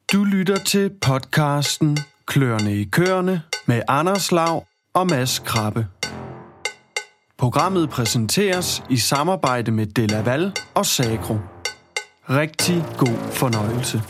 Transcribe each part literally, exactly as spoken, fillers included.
Du lytter til podcasten Kløerne i Køerne med Anders Lav og Mads Krabbe. Programmet præsenteres i samarbejde med Delaval og Sagro. Rigtig god fornøjelse.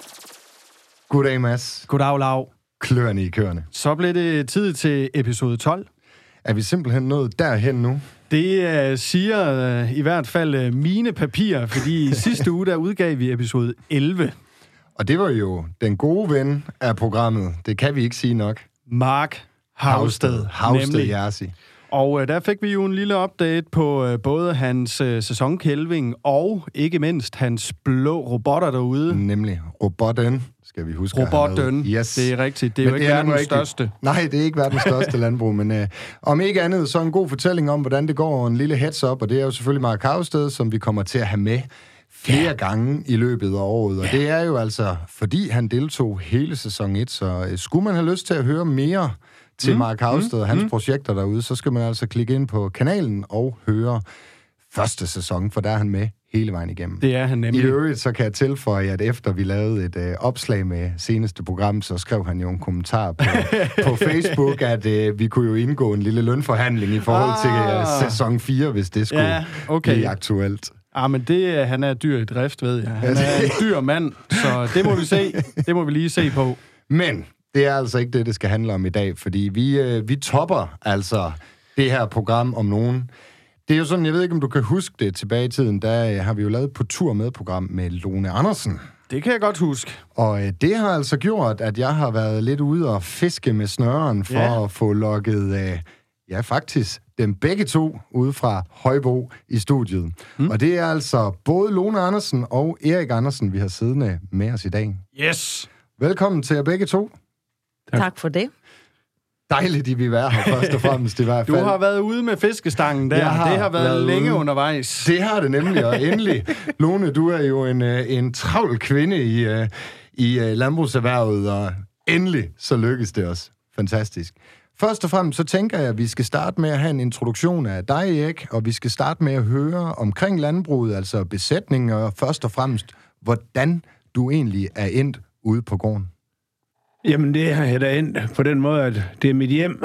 Goddag, Mads. Goddag, Lav. Kløerne i Køerne. Så blev det tid til episode tolv. Er vi simpelthen nået derhen nu? Det uh, siger uh, i hvert fald uh, mine papirer, fordi sidste uge der udgav vi episode elleve. Og det var jo den gode ven af programmet. Det kan vi ikke sige nok. Mark Hausted. Hausted Jersi. Og uh, der fik vi jo en lille update på uh, både hans uh, sæsonkælving og ikke mindst hans blå robotter derude. Nemlig robotten, skal vi huske. Robotten, yes. Det er rigtigt. Det er men jo ikke verdens største. Nej, det er ikke verdens største landbrug, men uh, om ikke andet, så en god fortælling om, hvordan det går, og en lille heads up, og det er jo selvfølgelig Mark Hausted, som vi kommer til at have med flere ja. gange i løbet af året, og ja. det er jo altså, fordi han deltog hele sæson et, så uh, skulle man have lyst til at høre mere til mm. Mark Hausted og hans mm. projekter derude, så skal man altså klikke ind på kanalen og høre første sæson, for der er han med hele vejen igennem. Det er han nemlig. I øvrigt, så kan jeg tilføje, at efter vi lavede et øh, opslag med seneste program, så skrev han jo en kommentar på, på Facebook, at øh, vi kunne jo indgå en lille lønforhandling i forhold ah. til øh, sæson fire, hvis det skulle ja, okay. blive aktuelt. Ah, men det, han er dyr i drift, ved jeg. Han er en dyr mand, så det må vi se. Det må vi lige se på. Men det er altså ikke det, det skal handle om i dag, fordi vi, øh, vi topper altså det her program om nogen. Det er jo sådan, jeg ved ikke, om du kan huske det tilbage i tiden, der øh, har vi jo lavet på tur med program med Lone Andersen. Det kan jeg godt huske. Og øh, det har altså gjort, at jeg har været lidt ude og fiske med snøren for ja. at få lukket, øh, ja faktisk, dem begge to ude fra Højbo i studiet. Hmm. Og det er altså både Lone Andersen og Erik Andersen, vi har siddende med os i dag. Yes! Velkommen til jer begge to. Tak, tak for det. Dejligt, at vi er her først og fremmest i hvert fald. Du har været ude med fiskestangen der. Har det har været, været længe ude. Undervejs. Det har det nemlig, og endelig. Lone, du er jo en, en travl kvinde i, i landbrugserhvervet, og endelig så lykkes det også. Fantastisk. Først og fremmest så tænker jeg, at vi skal starte med at have en introduktion af dig, Erik, og vi skal starte med at høre omkring landbruget, altså besætningen, og først og fremmest, hvordan du egentlig er endt ude på gården. Jamen, det har jeg da endt på den måde, at det er mit hjem,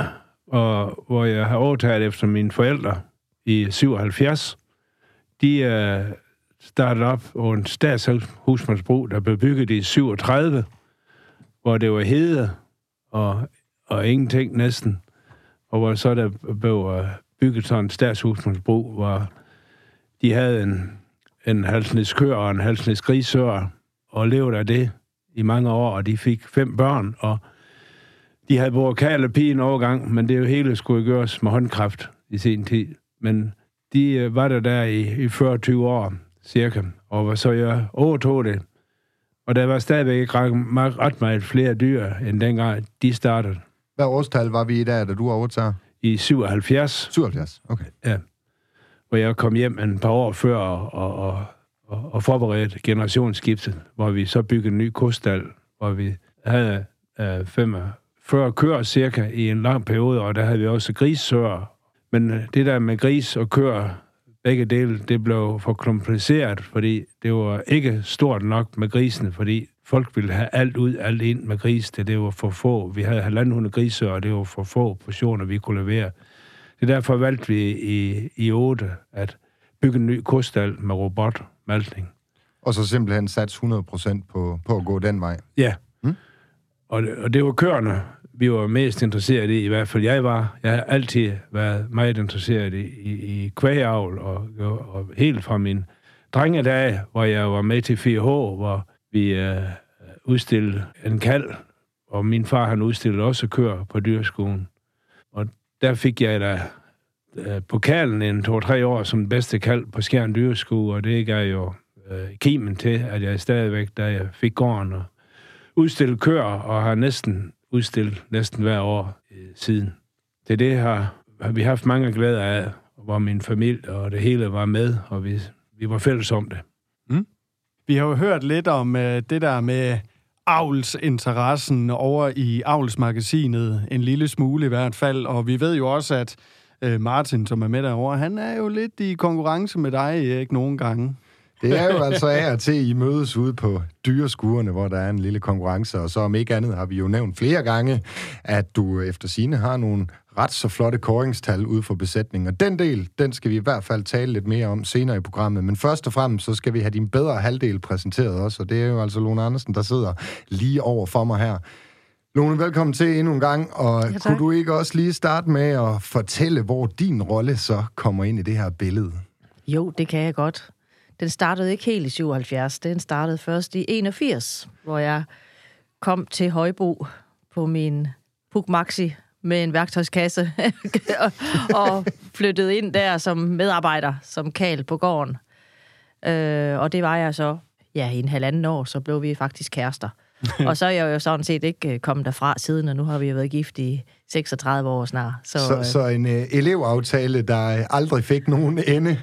og hvor jeg har overtaget efter mine forældre i syvoghalvfjerds. De øh, startede op på en statshusmandsbrug, der blev bygget i syvogtredive, hvor det var hede og, og ingenting næsten. Og hvor så der blev bygget sådan en statshusmandsbrug, hvor de havde en, en halsnæs køer og en halsnæs grisør, og levede af det i mange år, og de fik fem børn, og de havde både kald og pige en overgang, men det jo hele skulle gøres med håndkraft i sin tid. Men de øh, var der der i, i fyrre til tyve år, cirka, og så jeg overtog det. Og der var stadigvæk ikke ret, ret meget flere dyr, end dengang de startede. Hvad årstal var vi i der, da du overtager? I syvoghalvfjerds. syvoghalvfjerds, okay. Ja. Hvor jeg kom hjem en par år før og... og, og og forberedte generationsskiftet, hvor vi så byggede en ny kostal, hvor vi havde øh, femogfyrre køer cirka i en lang periode, og der havde vi også grissøer. Men øh, det der med gris og køer, begge dele, det blev for kompliceret, fordi det var ikke stort nok med grisene, fordi folk ville have alt ud, alt ind med gris, det, det var for få. Vi havde halvanden hundrede grissøer, og det var for få portioner, vi kunne levere. Det derfor valgte vi i, i otte at bygge en ny kostal med robot. Maltning. Og så simpelthen sats hundrede procent på, på at gå den vej. Ja. Hmm? Og, det, og det var køerne, vi var mest interesseret i, i hvert fald jeg var. Jeg har altid været meget interesseret i, i, i kvægavl, og, og, og helt fra min drengedage, hvor jeg var med til fire H, hvor vi øh, udstillede en kald, og min far han udstillede også køer på dyreskolen. Og der fik jeg da pokalen en to-tre år som bedste kald på Skjern Dyreskue, og det gav jo øh, kimen til, at jeg stadigvæk, da jeg fik gården og udstillede køer, og har næsten udstillet næsten hver år øh, siden. Det det har, har vi haft mange glæder af, hvor min familie og det hele var med, og vi, vi var fælles om det. Mm. Vi har jo hørt lidt om øh, det der med avlsinteressen over i avlsmagasinet, en lille smule i hvert fald, og vi ved jo også, at Martin, som er med derovre, han er jo lidt i konkurrence med dig, ikke nogen gange. Det er jo altså af og til, I mødes ude på dyreskurene, hvor der er en lille konkurrence, og så om ikke andet har vi jo nævnt flere gange, at du efter sigende har nogle ret så flotte kåringstal ude for besætningen. Og den del, den skal vi i hvert fald tale lidt mere om senere i programmet. Men først og fremmest, så skal vi have din bedre halvdel præsenteret også, og det er jo altså Lone Andersen, der sidder lige over for mig her. Lone, velkommen til endnu en gang, og ja, kunne du ikke også lige starte med at fortælle, hvor din rolle så kommer ind i det her billede? Jo, det kan jeg godt. Den startede ikke helt i syvoghalvfjerds, den startede først i enogfirs, hvor jeg kom til Højbo på min Puch Maxi med en værktøjskasse og flyttede ind der som medarbejder, som karl på gården. Øh, og det var jeg så, ja, i en halvanden år, så blev vi faktisk kærester. Og så er jeg jo sådan set ikke kommet derfra siden, og nu har vi jo været gift i seksogtredive år snart. Så, så, øh... så en øh, elevaftale, der aldrig fik nogen ende.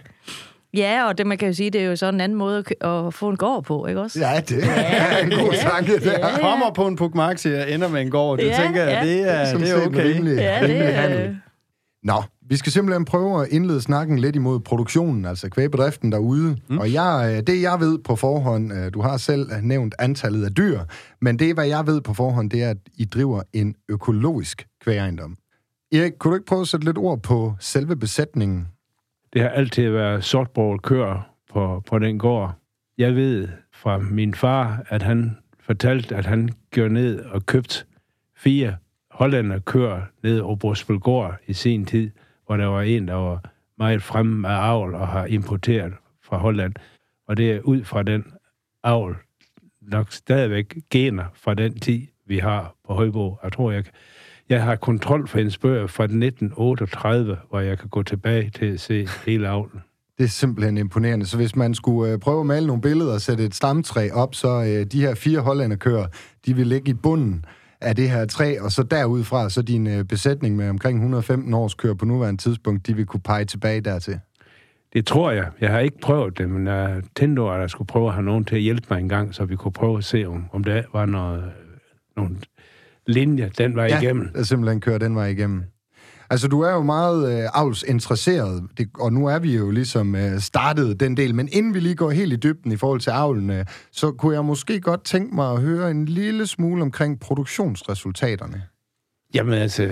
Ja, og det man kan jo sige, det er jo sådan en anden måde at, at få en gård på, ikke også? Ja, det er en god tanke der. Ja, ja. Kommer på en Puch Maxi og ender med en gård, det ja, tænker jeg, ja. det, er, det er okay. Rimelig, ja, rimelig det handel. Nå, vi skal simpelthen prøve at indlede snakken lidt imod produktionen, altså kvægbedriften derude. Mm. Og jeg, det jeg ved på forhånd, du har selv nævnt antallet af dyr, men det, hvad jeg ved på forhånd, det er, at I driver en økologisk kvægejendom. Erik, kunne du ikke prøve at sætte lidt ord på selve besætningen? Det har altid været sortbroget køer på, på den gård. Jeg ved fra min far, at han fortalte, at han gjorde ned og købte fire hollænder køer ned over Brosbølgård i sin tid, hvor der var en, der var meget fremme af avl og har importeret fra Holland. Og det er ud fra den avl nok stadigvæk gener fra den tid, vi har på Højbo. Jeg tror, jeg, jeg har kontrol for en spørg fra nitten otteogtredive, hvor jeg kan gå tilbage til at se hele avlen. Det er simpelthen imponerende. Så hvis man skulle øh, prøve at male nogle billeder og sætte et stamtræ op, så øh, de her fire hollænderkøer, de vil ligge i bunden af det her træ, og så derudfra, så din øh, besætning med omkring et hundrede og femten års køer på nuværende tidspunkt, de vil kunne pege tilbage dertil. Det tror jeg. Jeg har ikke prøvet det, men jeg tænkte over, at jeg skulle prøve at have nogen til at hjælpe mig en gang, så vi kunne prøve at se, om, om der var noget, nogle linjer, den var ja, igennem. Ja, simpelthen kører den var igennem. Altså, du er jo meget øh, avlsinteresseret, det, og nu er vi jo ligesom øh, startet den del, men inden vi lige går helt i dybden i forhold til avlen, øh, så kunne jeg måske godt tænke mig at høre en lille smule omkring produktionsresultaterne. Jamen altså,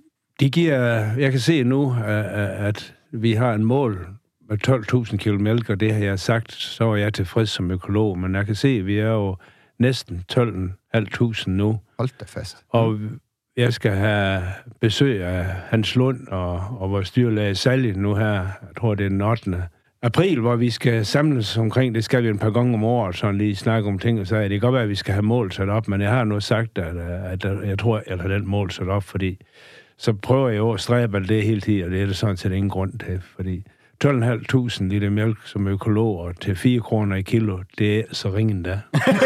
de giver, jeg kan se nu, at vi har en mål med tolv tusind kilo mælk, og det har jeg sagt, så er jeg tilfreds som økolog, men jeg kan se, at vi er jo næsten tolv tusind fem hundrede nu. Hold da fast. Og jeg skal have besøg af Hans Lund og, og vores dyrlæge Sally nu her, jeg tror det er den ottende april, hvor vi skal samles omkring, det skal vi en par gange om året, sådan lige snakke om ting, og så er det kan godt være, at vi skal have mål sat op, men jeg har nu sagt, at, at, at jeg tror, jeg har den mål sat op, fordi så prøver jeg jo at stræbe det hele tiden, og det er det sådan set ingen grund til, fordi tolv tusind fem hundrede liter mælk som økolog, og til fire kroner i kilo, det er så ringen da.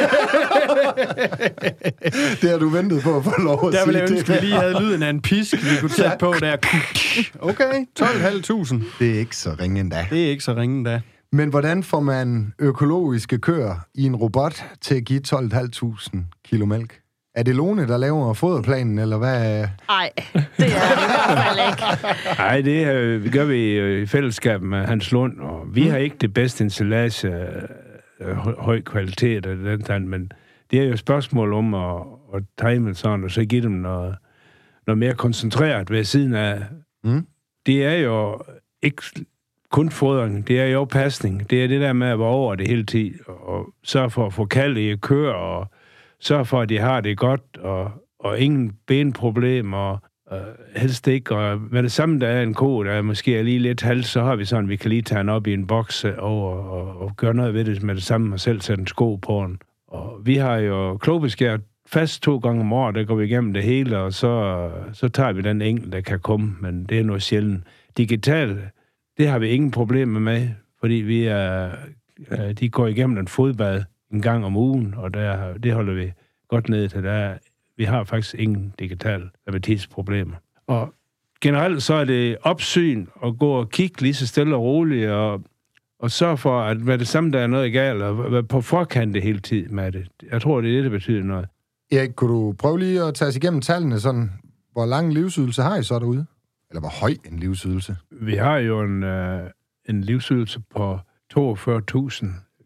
Det har du ventet på at få lov at der sige. Der ville jeg ønske, at vi lige havde lyden af en pisk, vi kunne sætte på der. Okay, tolv tusind fem hundrede. Det er ikke så ringen da. Det er ikke så ringen da. Men hvordan får man økologiske køer i en robot til at give tolv tusind fem hundrede kilo mælk? Er det Lone, der laver foderplanen, eller hvad? Nej, det er det i hvert fald ikke. Nej, det øh, gør vi i fællesskab med Hans Lund, og vi mm. har ikke det bedste installage af høj kvalitet, af den tand, men det er jo et spørgsmål om at, at time sådan, og så give dem noget, noget mere koncentreret ved siden af. Mm. Det er jo ikke kun fodring, det er jo pasning. Det er det der med at være over det hele tiden, og sørge for at få kald i køer, og sørge for, at de har det godt, og, og ingen benproblemer, og øh, helst ikke. Og med det samme, der er en ko, der er måske lige lidt hals, så har vi sådan, vi kan lige tage den op i en boks over, og, og gøre noget ved det med det samme, og selv sætte en sko på den. Og vi har jo klogbeskært fast to gange om året, der går vi igennem det hele, og så, så tager vi den enkelt, der kan komme, men det er noget sjældent. Digital, det har vi ingen problemer med, fordi vi er, de går igennem en fodbad en gang om ugen, og der, det holder vi godt ned til. Der, vi har faktisk ingen digital diabetesproblemer. Og generelt så er det opsyn at gå og kigge lige så stille og roligt, og, og sørge for, at med det samme, der er noget galt, og være på forkant hele tiden med det. Jeg tror, det er det, der betyder noget. Erik, kunne du prøve lige at tage os igennem tallene, sådan, hvor lang livsydelse har I så derude? Eller hvor høj en livsydelse? Vi har jo en, øh, en livsydelse på toogfyrre tusind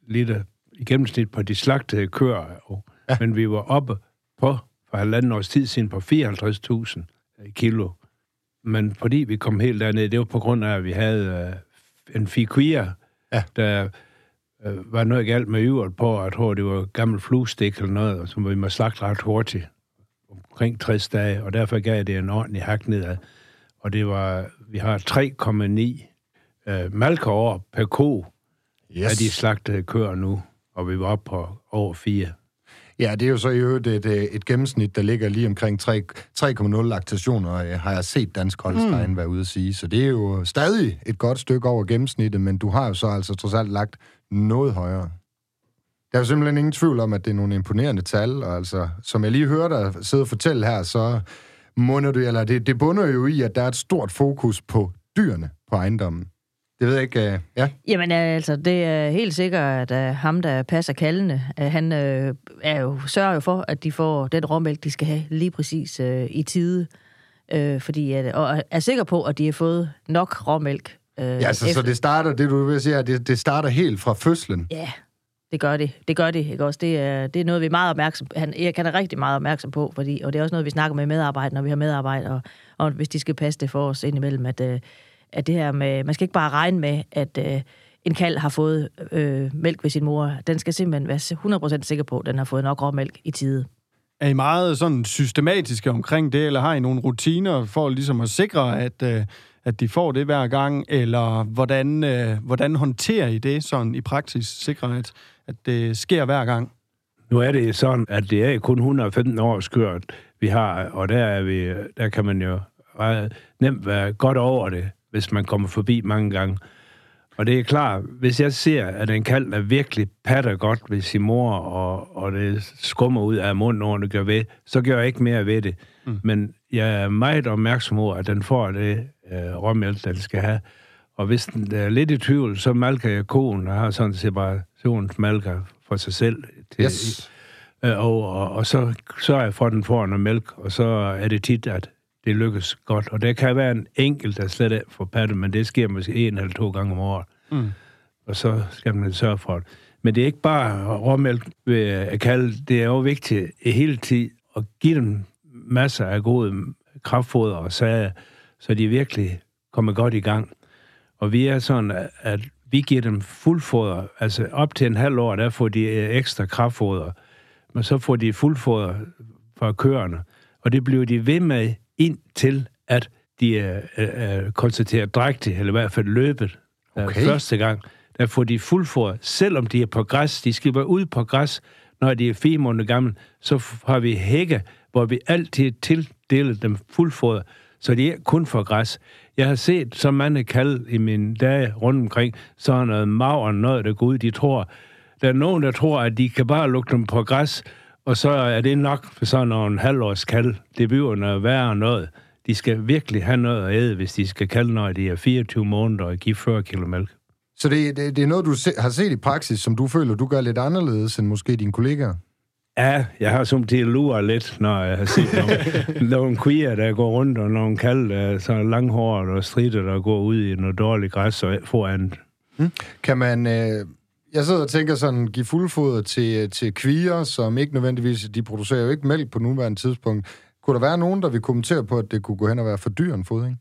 liter i gennemsnit på de slagtede køer. Og, ja. Men vi var oppe på, for halvanden års tid siden, på fireoghalvtreds tusind kilo. Men fordi vi kom helt derned, det var på grund af, at vi havde øh, en fikuia, ja. der øh, var noget galt med yvert på, at jeg tror, det var gammel fluestik eller noget, som vi må slagte ret hurtigt, omkring tres dage, og derfor gav det en ordentlig hak nedad. Og det var, vi har tre komma ni øh, malkeår per ko, yes. af de slagtede køer nu, og vi var oppe på over fire. Ja, det er jo så i øvrigt et, et, et gennemsnit, der ligger lige omkring tre komma nul laktationer, har jeg set Dansk Holstein mm. være ude at sige. Så det er jo stadig et godt stykke over gennemsnittet, men du har jo så altså trods alt lagt noget højere. Der er jo simpelthen ingen tvivl om, at det er nogle imponerende tal, og altså, som jeg lige hørte dig sidde og fortælle her, så munder du, eller det, det bunder jo i, at der er et stort fokus på dyrene på ejendommen. Det ved jeg ikke, uh, ja? Jamen altså, det er helt sikkert, at uh, ham, der passer kaldene, uh, han uh, er jo, sørger jo for, at de får den råmælk, de skal have lige præcis uh, i tide. Uh, fordi, at, og er sikker på, at de har fået nok råmælk. Uh, ja, altså, så det starter, det du vil sige, det, det starter helt fra fødslen? Ja, det gør det. Det gør det, ikke også? Det er, det er noget, vi er meget opmærksom på. Han, jeg kan er rigtig meget opmærksom på, fordi, og det er også noget, vi snakker med medarbejdere, når vi har medarbejdere, og, og hvis de skal passe det for os indimellem, at... Uh, at det her med, man skal ikke bare regne med, at øh, en kalv har fået øh, mælk ved sin mor. Den skal simpelthen være hundrede procent sikker på, at den har fået nok råmælk i tide. Er I meget sådan systematiske omkring det, eller har I nogle rutiner for ligesom at sikre, at, øh, at de får det hver gang, eller hvordan, øh, hvordan håndterer I det sådan i praksis, sikre, at, at det sker hver gang? Nu er det sådan, at det er kun et hundrede og femten års kørt, vi har, og der, er vi, der kan man jo nemt være godt over det, hvis man kommer forbi mange gange. Og det er klart, hvis jeg ser, at en kalv er virkelig patter godt ved sin mor, og, og det skummer ud af munden, når det gør ved, så gør jeg ikke mere ved det. Mm. Men jeg er meget opmærksom på, at den får det øh, råmælk, den skal have. Og hvis den er lidt i tvivl, så malker jeg koen, og har sådan separationsmalker for sig selv. Til, yes. øh, og, og, og så sørger jeg for, at den får noget mælk, og så er det tit, at det lykkes godt. Og der kan være en enkelt, der slet ikke får patte, men det sker måske en eller to gange om året. Mm. Og så skal man sørge for det. Men det er ikke bare råmælk ved at kalde. Det er jo vigtigt i hele tiden at give dem masser af gode kraftfoder og sager, så de virkelig kommer godt i gang. Og vi er sådan, at vi giver dem fuldfoder. Altså op til en halv år, der får de ekstra kraftfoder. Men så får de fuldfoder fra køerne. Og det bliver de ved med indtil at de er, er, er konstateret drægtige, eller i hvert fald løbet. Okay. Første gang, der får de fuldfoder, selvom de er på græs. De skal være ude på græs, når de er fire måneder gamle. Så har vi hække, hvor vi altid tildeler dem fuldfoder, så de er kun for græs. Jeg har set så mange kalve i mine dage rundt omkring, så noget maver noget, der går ud. De tror, der er nogen, der tror, at de kan bare lukke dem på græs, og så er det nok for sådan en halvårs kalve. Det bliver noget værre noget. De skal virkelig have noget at æde, hvis de skal kalve, når de er fireogtyve måneder og give fyrre kilo mælk. Så det, det, det er noget, du se, har set i praksis, som du føler, du gør lidt anderledes end måske dine kollegaer? Ja, jeg har som til at lure lidt, når jeg har set nogle, nogle kvier, der går rundt, og nogle kalve, der er så langhåret og stritter, der går ud i noget dårligt græs og foran. Hmm. Kan man... Øh Jeg sidder og tænker sådan, give fuldfoder til, til kvier, som ikke nødvendigvis, de producerer jo ikke mælk på nuværende tidspunkt. Kunne der være nogen, der vil kommentere på, at det kunne gå hen og være for dyr en fodring?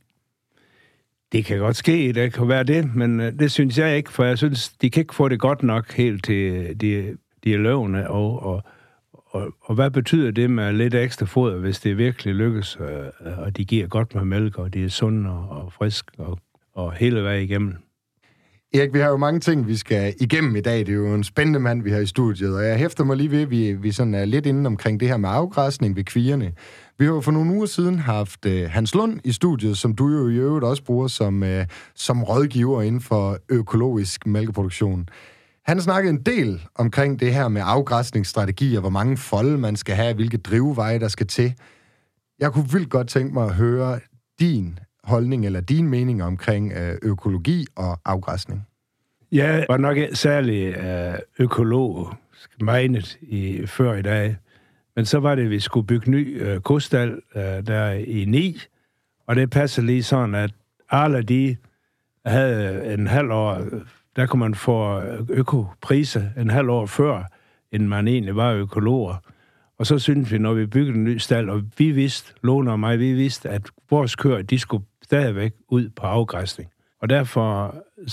Det kan godt ske, det kan være det, men det synes jeg ikke, for jeg synes, de kan ikke få det godt nok helt til de, de løvende. Og, og, og, og hvad betyder det med lidt ekstra foder, hvis det virkelig lykkes, og de giver godt med mælk, og de er sunde og, og friske og, og hele vejen igennem? Erik, vi har jo mange ting, vi skal igennem i dag. Det er jo en spændende mand, vi har i studiet, og jeg hæfter mig lige ved, at vi, vi sådan er lidt inde omkring det her med afgræsning ved kvierne. Vi har jo for nogle uger siden haft uh, Hans Lund i studiet, som du jo i øvrigt også bruger som, uh, som rådgiver inden for økologisk mælkeproduktion. Han snakkede en del omkring det her med afgræsningsstrategier, hvor mange folde man skal have, hvilke drivveje der skal til. Jeg kunne vildt godt tænke mig at høre din holdning eller din mening omkring uh, økologi og afgræsning. Jeg var nok ikke særlig uh, økologisk menet i, før i dag. Men så var det, at vi skulle bygge ny øh, kostal øh, der i ni, og det passer lige sådan, at alle de havde en halv år der kunne man få økopriser en halv år før, end man egentlig var økologer. Og så synes vi, når vi byggede en ny stald, og vi vidste, Lone og mig, vi vidste, at vores køer, de skulle stadigvæk ud på afgræsning. Og derfor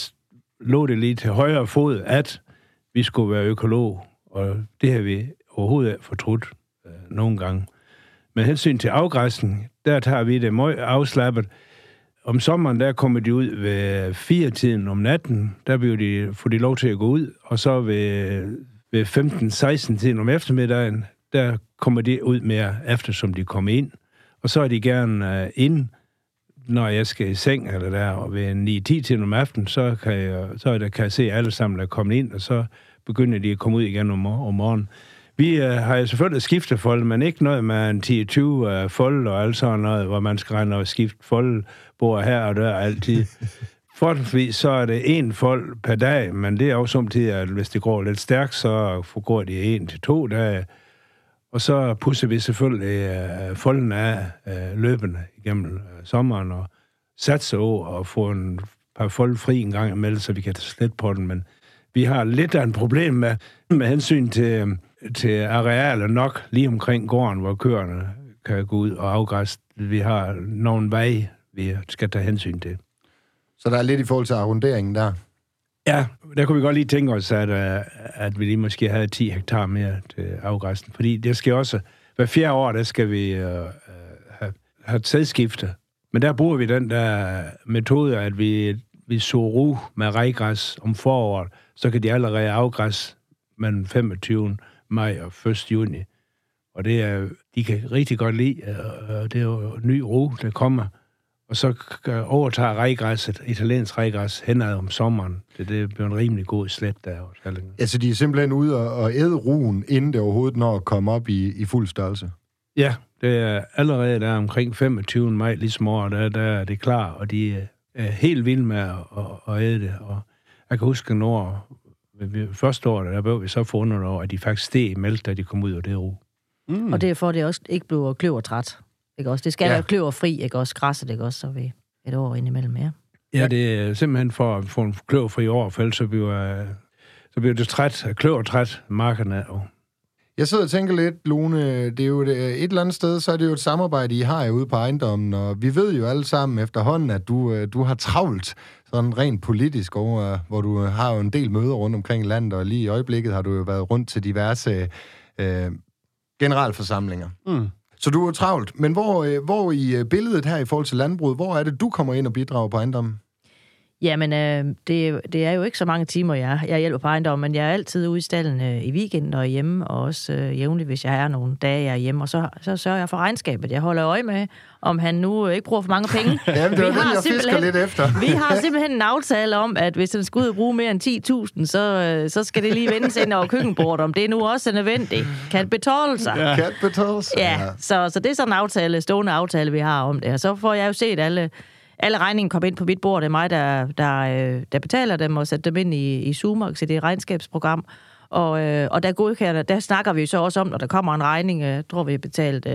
lå det lige til højre fod, at vi skulle være økolog, og det har vi overhovedet ikke fortrudt øh, nogle gange. Med hensyn til afgræsning, der tager vi det meget afslappet. Om sommeren, der kommer de ud ved fire tiden om natten, der bliver de, får de lov til at gå ud, og så ved, ved femten seksten tiden om eftermiddagen, der kommer de ud mere efter, som de kommer ind. Og så er de gerne uh, inde, når jeg skal i seng, eller der, og ved ni ti tiden om aftenen, så kan jeg, så er der, kan jeg se alle sammen, der er kommet ind, og så begynder de at komme ud igen om, om morgenen. Vi uh, har jo selvfølgelig skiftet fold, men ikke noget med en ti tyve uh, fold og alt sådan noget, hvor man skal regne og skifte foldbord her og der altid. Forholdsvis så er det en fold per dag, men det er også samtidig, at hvis det går lidt stærkt, så forgår det en til to dage. Og så pusser vi selvfølgelig uh, folden af uh, løbende igennem uh, sommeren og satser over og få en par fold fri en gang imellem, så vi kan tage slet på den. Men vi har lidt af en problem med, med hensyn til, til arealer nok lige omkring gården, hvor køerne kan gå ud og afgræsse. Vi har nogle veje, vi skal tage hensyn til. Så der er lidt i forhold til arronderingen der? Ja, der kunne vi godt lige tænke os, at, at vi lige måske havde ti hektar mere til afgræsning. Fordi det skal også, hver fjerde år, der skal vi uh, have, have sædskifte. Men der bruger vi den der metode, at vi, vi så ro med rejgræs om foråret, så kan de allerede afgræsse mellem femogtyvende maj og første juni. Og det er, de kan rigtig godt lide, og det er jo ny ro, der kommer. Og så overtager rejgræsset, italiensk rejgræs, henad om sommeren. Det, det bliver en rimelig god slet der. Altså, de er simpelthen ude og, og æde roen, inden det overhovedet når at komme op i, i fuld størrelse? Ja, det er allerede der omkring femogtyvende maj, ligesom år, der, der er det klar, og de er helt vilde med at, at, at æde det. Og jeg kan huske, når første år, der blev vi så fundet over, at de faktisk steg i mælk, da de kom ud af det ro. Mm. Og det er for, at det også ikke bliver kløvertræt. Ikke også? Det skal ja. være kløverfri, ikke også? Græsset, ikke også? Så vi et år indimellem, ja. Ja, det er simpelthen for at få en kløverfri år, for ellers så bliver, så bliver det træt, kløvertræt, markerne. Og jeg sidder og tænker lidt, Lone, det er jo et, et eller andet sted, så er det jo et samarbejde, I har ude på ejendommen, og vi ved jo alle sammen efterhånden, at du, du har travlt sådan rent politisk over, hvor du har jo en del møder rundt omkring landet, og lige i øjeblikket har du jo været rundt til diverse øh, generalforsamlinger. Mm. Så du er travlt. Men hvor, hvor i billedet her i forhold til landbruget, hvor er det, du kommer ind og bidrager på ejendommen? Jamen, øh, det, det er jo ikke så mange timer, jeg, jeg hjælper på ejendommen, men jeg er altid ude i stallen øh, i weekenden og hjemme, og også øh, jævnligt, hvis jeg er nogle dage, jeg er hjemme, og så, så sørger jeg for regnskabet. Jeg holder øje med, om han nu ikke bruger for mange penge. Jamen, det er den, jeg fisker lidt efter. Vi har simpelthen en aftale om, at hvis han skal ud og bruge mere end ti tusind, så, så skal det lige vendes ind over køkkenbordet, om det nu også er nødvendigt. Kan det betale sig? Ja. Kan det betale sig? Ja, så, så det er sådan en aftale, stående aftale, vi har om det. Og så får jeg jo set alle... Alle regningen kommer ind på mit bord. Det er mig, der, der, der betaler dem og sætter dem ind i, i Sumax, i det regnskabsprogram. Og, og der godkender, der snakker vi så også om, når der kommer en regning. Jeg tror, vi har betalt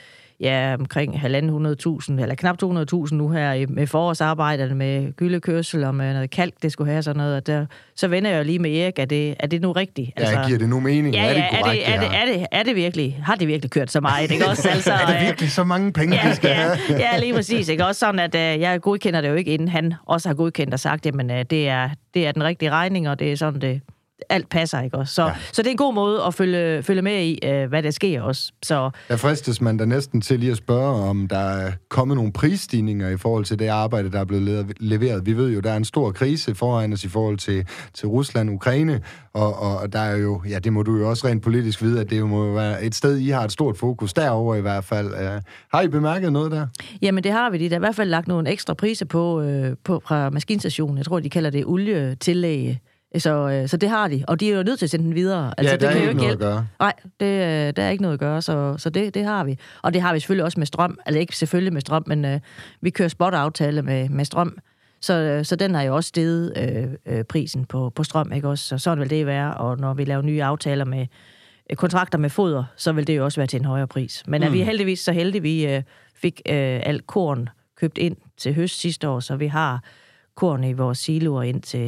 ja, omkring halvanden hundrede tusind, eller knap to hundrede tusind nu her med forårsarbejderne, med gyldekørsel og med noget kalk, det skulle have sådan noget. Og der, så vender jeg jo lige med Erik, er det, er det nu rigtigt? Altså, ja, giver det nu mening? Ja, er det ja, korrekt, er det, er, det, er, det, er det virkelig? Har det virkelig kørt så meget? Ikke også? Altså, er det virkelig så mange penge, ja, vi skal ja, have? Ja, lige præcis. Ikke? Også sådan, at uh, jeg godkender det jo ikke, inden han også har godkendt og sagt, jamen uh, det, er, det er den rigtige regning, og det er sådan, det alt passer, ikke også? Så, ja. så det er en god måde at følge, følge med i, uh, hvad der sker også. Så der fristes man da næsten til lige at spørge, om der er kommet nogle prisstigninger i forhold til det arbejde, der er blevet leveret. Vi ved jo, der er en stor krise foran os i forhold til, til Rusland, Ukraine, og, og, og der er jo, ja, det må du jo også rent politisk vide, at det jo må være et sted, I har et stort fokus derover i hvert fald. Uh, har I bemærket noget der? Jamen, det har vi. De der i hvert fald lagt nogle ekstra priser på, øh, på fra maskinstationen. Jeg tror, de kalder det olietillæg. Så, så det har de, og de er jo nødt til at sende den videre. Altså, ja, der det kan er jo ikke noget hjælpe. at gøre. Nej, det, der er ikke noget at gøre, så, så det, det har vi. Og det har vi selvfølgelig også med strøm. Altså ikke selvfølgelig med strøm, men øh, vi kører spot-aftale med, med strøm. Så, så den har jo også steget øh, øh, prisen på, på strøm, ikke også? Så sådan vil det være, og når vi laver nye aftaler med øh, kontrakter med foder, så vil det jo også være til en højere pris. Men mm. er vi heldigvis så heldige, vi øh, fik øh, alt korn købt ind til høst sidste år, så vi har korn i vores siloer ind til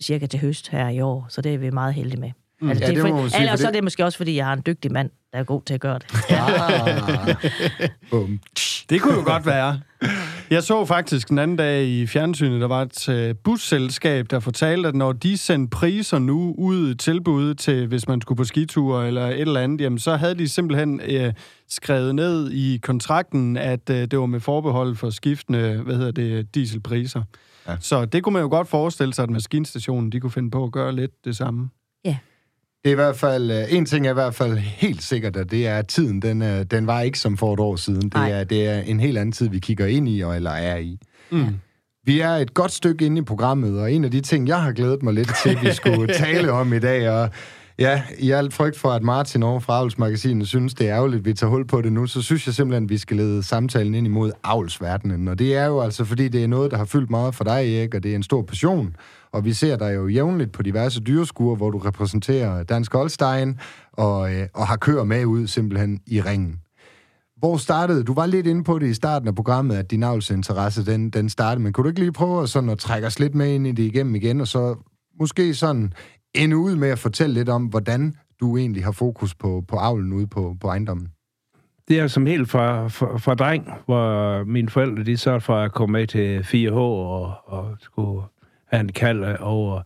cirka til høst her i år, så det er vi meget heldige med. Mm. Altså, Ja, det er det for, må man sige, eller for så er det- det måske også, fordi jeg har en dygtig mand, der er god til at gøre det. Ah. Bum. Det kunne jo godt være. Jeg så faktisk den anden dag i fjernsynet, der var et øh, busselskab, der fortalte, at når de sendte priser nu ud i tilbud til, hvis man skulle på skiture eller et eller andet, jamen, så havde de simpelthen øh, skrevet ned i kontrakten, at øh, det var med forbehold for skiftende, hvad hedder det, dieselpriser. Ja. Så det kunne man jo godt forestille sig, at maskinstationen, de kunne finde på at gøre lidt det samme. Ja. Det er i hvert fald, øh, en ting er i hvert fald helt sikkert, at det er, at tiden, den, øh, den var ikke som for et år siden. Det er, det er en helt anden tid, vi kigger ind i, og, eller er i. Mm. Vi er et godt stykke inde i programmet, og en af de ting, jeg har glædet mig lidt til, vi skulle tale om i dag, og ja, i alt frygt for, at Martin over fra Avlsmagasinet synes, det er ærgerligt, at vi tager hul på det nu, så synes jeg simpelthen, at vi skal lede samtalen ind imod avlsverdenen. Og det er jo altså, fordi det er noget, der har fyldt meget for dig, Erik, og det er en stor passion. Og vi ser dig jo jævnligt på diverse dyreskuer, hvor du repræsenterer Dansk Holstein og, øh, og har køer med ud simpelthen i ringen. Hvor startede, du var lidt inde på det i starten af programmet, at din avlsinteresse, den, den startede, men kunne du ikke lige prøve sådan at trække os lidt med ind i det igennem igen, og så måske sådan ende ud med at fortælle lidt om, hvordan du egentlig har fokus på, på avlen ude på, på ejendommen? Det er som helt fra, fra, fra dreng, hvor mine forældre, de sørgede for at komme med til fire H og, og skulle have en kald over.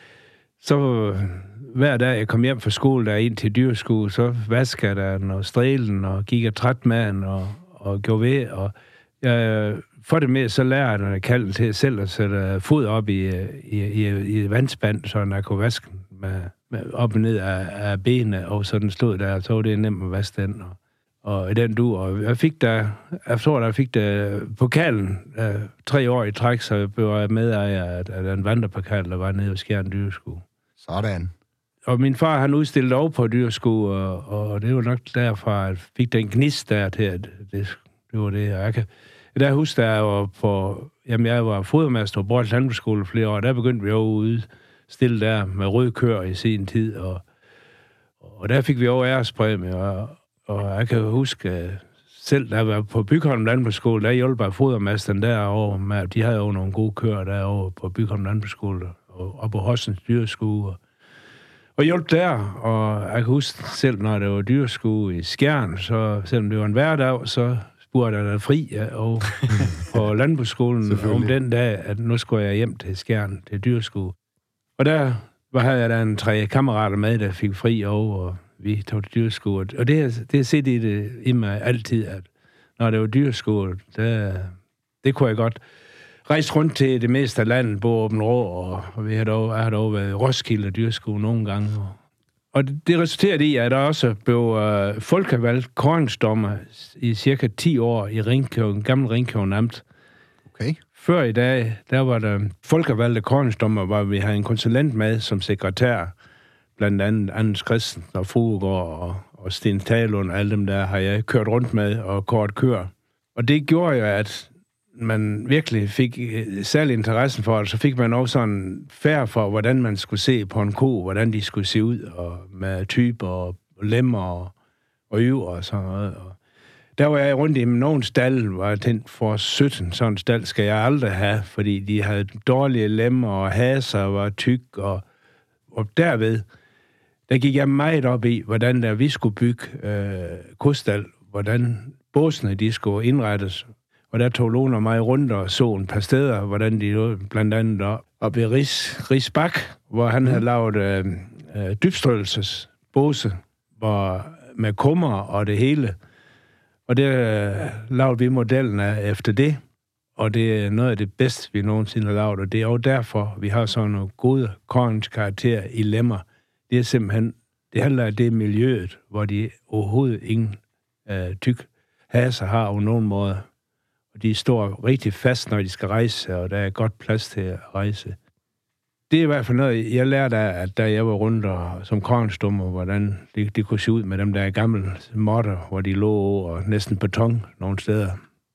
Så hver dag, jeg kom hjem fra skole, der ind til dyreskue, så vaskede jeg den og strælen og gik jeg træt med den og, og gjorde ved. Og jeg, for det med, så lærer jeg den kalden til selv at sætte fod op i, i, i, i vandspand, så jeg kunne vaske den med, med op og ned af, af benene, og så den stod der, og så var det nemt at vaske den. Og, og i den du, og jeg fik der, jeg tror, der fik der pokalen uh, tre år i træk, så jeg blev medejer af, af den vandrepokal, der var nede ved Skjern Dyreskue. Sådan. Og min far, han udstillede over på dyreskue, og, og det var nok derfra, at jeg fik den gnist der til, at det, det var det. Og jeg kan, der husker jeg var på, jamen jeg var fodermester på Borgs Landbrugsskole flere år, der begyndte vi jo ude stille der med røde køer i sin tid, og, og der fik vi over ærespræmie, og, og jeg kan huske, selv da jeg var på Bygholm Landbrugsskole, der hjalp jeg fodermesteren derovre med, de havde jo nogle gode køer derovre på Bygholm Landbrugsskole, og, og på Horsens Dyreskue, og, og hjælp der, og jeg kan huske selv, når det var dyreskue i Skjern, så selvom det var en hverdag, så spurgte jeg der fri ja, og på landbrugsskolen om den dag, at nu skulle jeg hjem til Skjern, til dyreskue. Og der var, havde jeg da en tre kammerater med, der fik fri over, og vi tog til dyreskue. Og det, det er set i, det, i mig altid, at når det var dyreskue, der, det kunne jeg godt rejse rundt til det meste af landet, på Åben Rå, og, og vi har dog, jeg har dog været i Roskilde dyreskue nogle gange. Og, og det, det resulterede i, at der også blev uh, folkevalgt kåringsdommer i cirka ti år i Ringkøbing, gammel Ringkøbing Amt. Okay. Før i dag, der var der folkevalgte kåringsdommer, hvor vi havde en konsulent med som sekretær, blandt andet Anders Christen og Fruegård og, og Sten Talund, og alle dem der har jeg kørt rundt med og kort kør. Og det gjorde jo, at man virkelig fik særlig interessen for det, så fik man også sådan færd for, hvordan man skulle se på en ko, hvordan de skulle se ud, og med typer og lemmer og, og øver og sådan noget. Og der var jeg rundt i nogen stald, var jeg tænkt for sytten, sådan en stald skal jeg aldrig have, fordi de havde dårlige lemmer og haser og var tyk, og, og derved, der gik jeg meget op i, hvordan der vi skulle bygge øh, kostald, hvordan båsene de skulle indrettes. Og der tog Lone og mig rundt og så en par steder, hvordan de lå, blandt andet oppe i Ris, Risbak, hvor han havde lavet øh, øh, dybstrøelsesbåse, hvor med kummer og det hele. Og det øh, lavede vi modellen af efter det, og det er noget af det bedste, vi nogensinde har lavet, og det er jo derfor, vi har sådan nogle gode kåringskarakterer i lemmer. Det er simpelthen, det handler om det miljøet, hvor de overhovedet ingen øh, tyk haser har på nogen måde. Og de står rigtig fast, når de skal rejse, og der er godt plads til at rejse. Det er i hvert fald noget, jeg lærte af, at da jeg var rundt og, som kåringsdommer, hvordan det, det kunne se ud med dem der gamle måtter, hvor de lå og næsten beton nogle steder.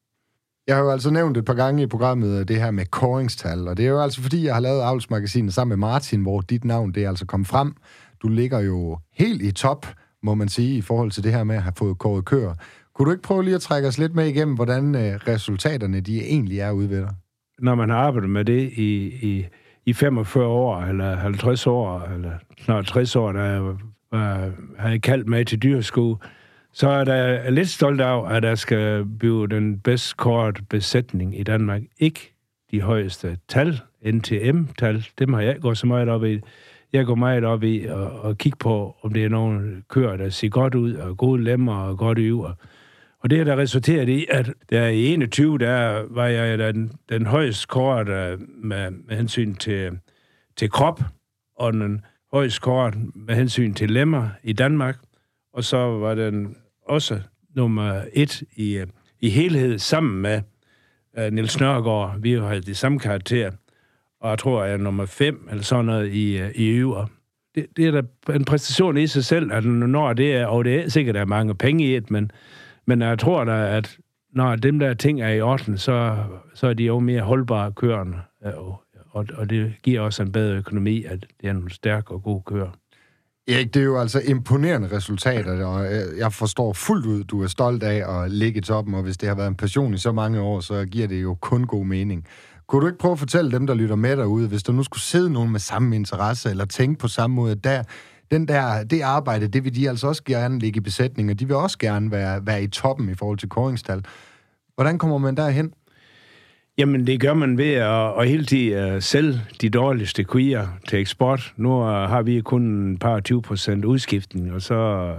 Jeg har jo altså nævnt et par gange i programmet det her med kåringstal, og det er jo altså fordi, jeg har lavet Avlsmagasinet sammen med Martin, hvor dit navn det er altså kommet frem. Du ligger jo helt i top, må man sige, i forhold til det her med at have fået kåret køer. Kunne du ikke prøve lige at trække os lidt med igennem, hvordan øh, resultaterne de egentlig er ude ved dig? Når man har arbejdet med det i, i, i femogfyrre år, eller halvtreds år, eller snart tres år, der jeg var, havde kaldt mig til dyrskue, så er der lidt stolt af, at der skal blive den bedst kort besætning i Danmark. Ikke de højeste tal, N T M-tal, dem har jeg gået så meget op i. Jeg går meget op i at, at kigge på, om det er nogle køer, der ser godt ud, og gode lemmer og godt yver. Og det er der resulteret i, at der i enogtyve, der var jeg den, den højst kort med, med hensyn til, til krop, og den højst kort med hensyn til lemmer i Danmark. Og så var den også nummer et i, i helhed sammen med uh, Niels Nørgaard. Vi har de samme karakter. Og jeg tror, jeg er nummer fem, eller sådan noget, i, i yver. Det, det er da en præstation i sig selv, at når det er, og det er sikkert, der er mange penge i det, men, men jeg tror da, at når dem der ting er i orden, så, så er de jo mere holdbare kørende. Og, og, og det giver også en bedre økonomi, at det er nogle stærke og gode kører. Erik, det er jo altså imponerende resultater, og jeg forstår fuldt ud, du er stolt af at ligge i toppen, og hvis det har været en passion i så mange år, så giver det jo kun god mening. Kunne du ikke prøve at fortælle dem, der lytter med derude, hvis der nu skulle sidde nogen med samme interesse, eller tænke på samme måde, der, den der, det arbejde, det vil de altså også gerne ligge i besætning, og de vil også gerne være, være i toppen i forhold til kåringstal. Hvordan kommer man derhen? Jamen, det gør man ved at, at hele tiden uh, sælge de dårligste kvier til eksport. Nu uh, har vi kun et par tyve procent udskiftning, og så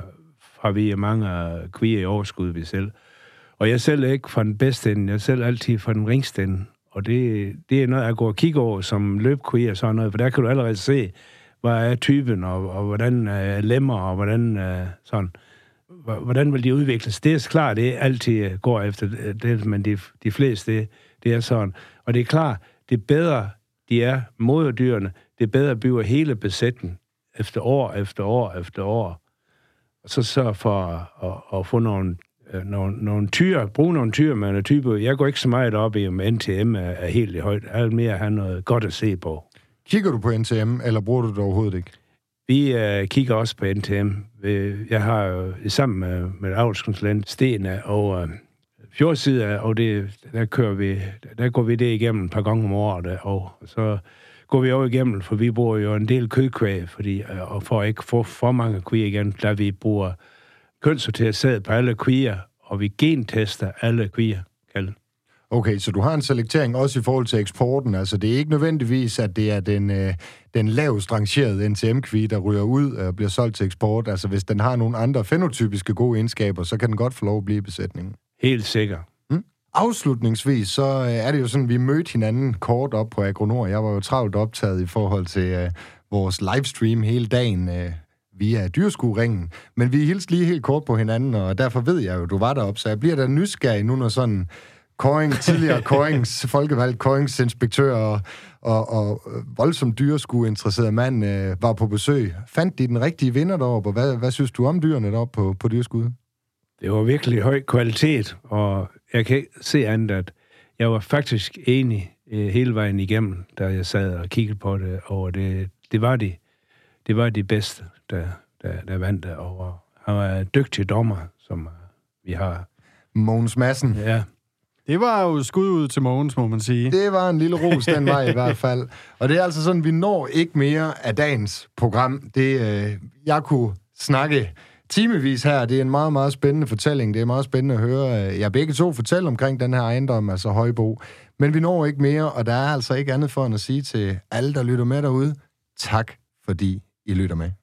har vi mange kvier i overskud, vi selv. Og jeg selv ikke fra den bedste ende, jeg selv altid fra den ringste ende. Og det, det er noget, jeg går og kigger over som løbkvier og sådan noget, for der kan du allerede se, hvad er typen, og, og hvordan er lemmer, og hvordan er sådan. Hvordan vil de udvikles? Det er klart, det altid går efter det, men de, de fleste, det, det er sådan. Og det er klart, det bedre de er moderdyrene, det bedre bliver hele besætningen efter år, efter år, efter år. Og så sørg for at, at få nogle, nogle, nogle tyre, bruge nogle tyre med en type. Jeg går ikke så meget op i, om N T M er, er helt i højt. Alt mere have noget godt at se på. Kigger du på N T M, eller bruger du det overhovedet ikke? Vi øh, kigger også på N T M. Jeg har jo sammen med, med avlskonsulent Sten og øh, Fjordside, og det, der, kører vi, der går vi det igennem et par gange om året, og så går vi over igennem, for vi bruger jo en del kødkvæg, fordi, øh, og for at ikke få for mange kvier igen, der vi bruger kønssorteret sæd på alle kvier, og vi gentester alle kvier, kalde. Okay, så du har en selektering også i forhold til eksporten. Altså, det er ikke nødvendigvis, at det er den, øh, den lavest rangerede N T M-kvie, der ryger ud og bliver solgt til eksport. Altså, hvis den har nogle andre fenotypiske gode egenskaber, så kan den godt få lov at blive i besætningen. Helt sikker. Hmm? Afslutningsvis, så øh, er det jo sådan, vi mødte hinanden kort op på Agronord. Jeg var jo travlt optaget i forhold til øh, vores livestream hele dagen øh, via dyrskueringen. Men vi hilste lige helt kort på hinanden, og derfor ved jeg jo, du var deroppe, så jeg bliver da nysgerrig nu, når sådan Kåring, tidligere Kårings, folkevalgt Kåringsinspektør og, og, og voldsomt dyreskueinteresseret mand øh, var på besøg. Fandt de den rigtige vinder deroppe, og hvad, hvad synes du om dyrene deroppe på, på dyrskud? Det var virkelig høj kvalitet, og jeg kan ikke se andet, at jeg var faktisk enig øh, hele vejen igennem, da jeg sad og kiggede på det, og det, det, var, de, det var de bedste, der, der, der vandt det, og han var en dygtig dommer, som vi har. Mogens Madsen. Ja. Det var jo skud ud til Mogens, må man sige. Det var en lille ros den vej i hvert fald. Og det er altså sådan, vi når ikke mere af dagens program. Det, øh, jeg kunne snakke timevis her. Det er en meget, meget spændende fortælling. Det er meget spændende at høre jer begge to fortælle omkring den her ejendom, altså Højbo. Men vi når ikke mere, og der er altså ikke andet for end at sige til alle, der lytter med derude, tak fordi I lytter med.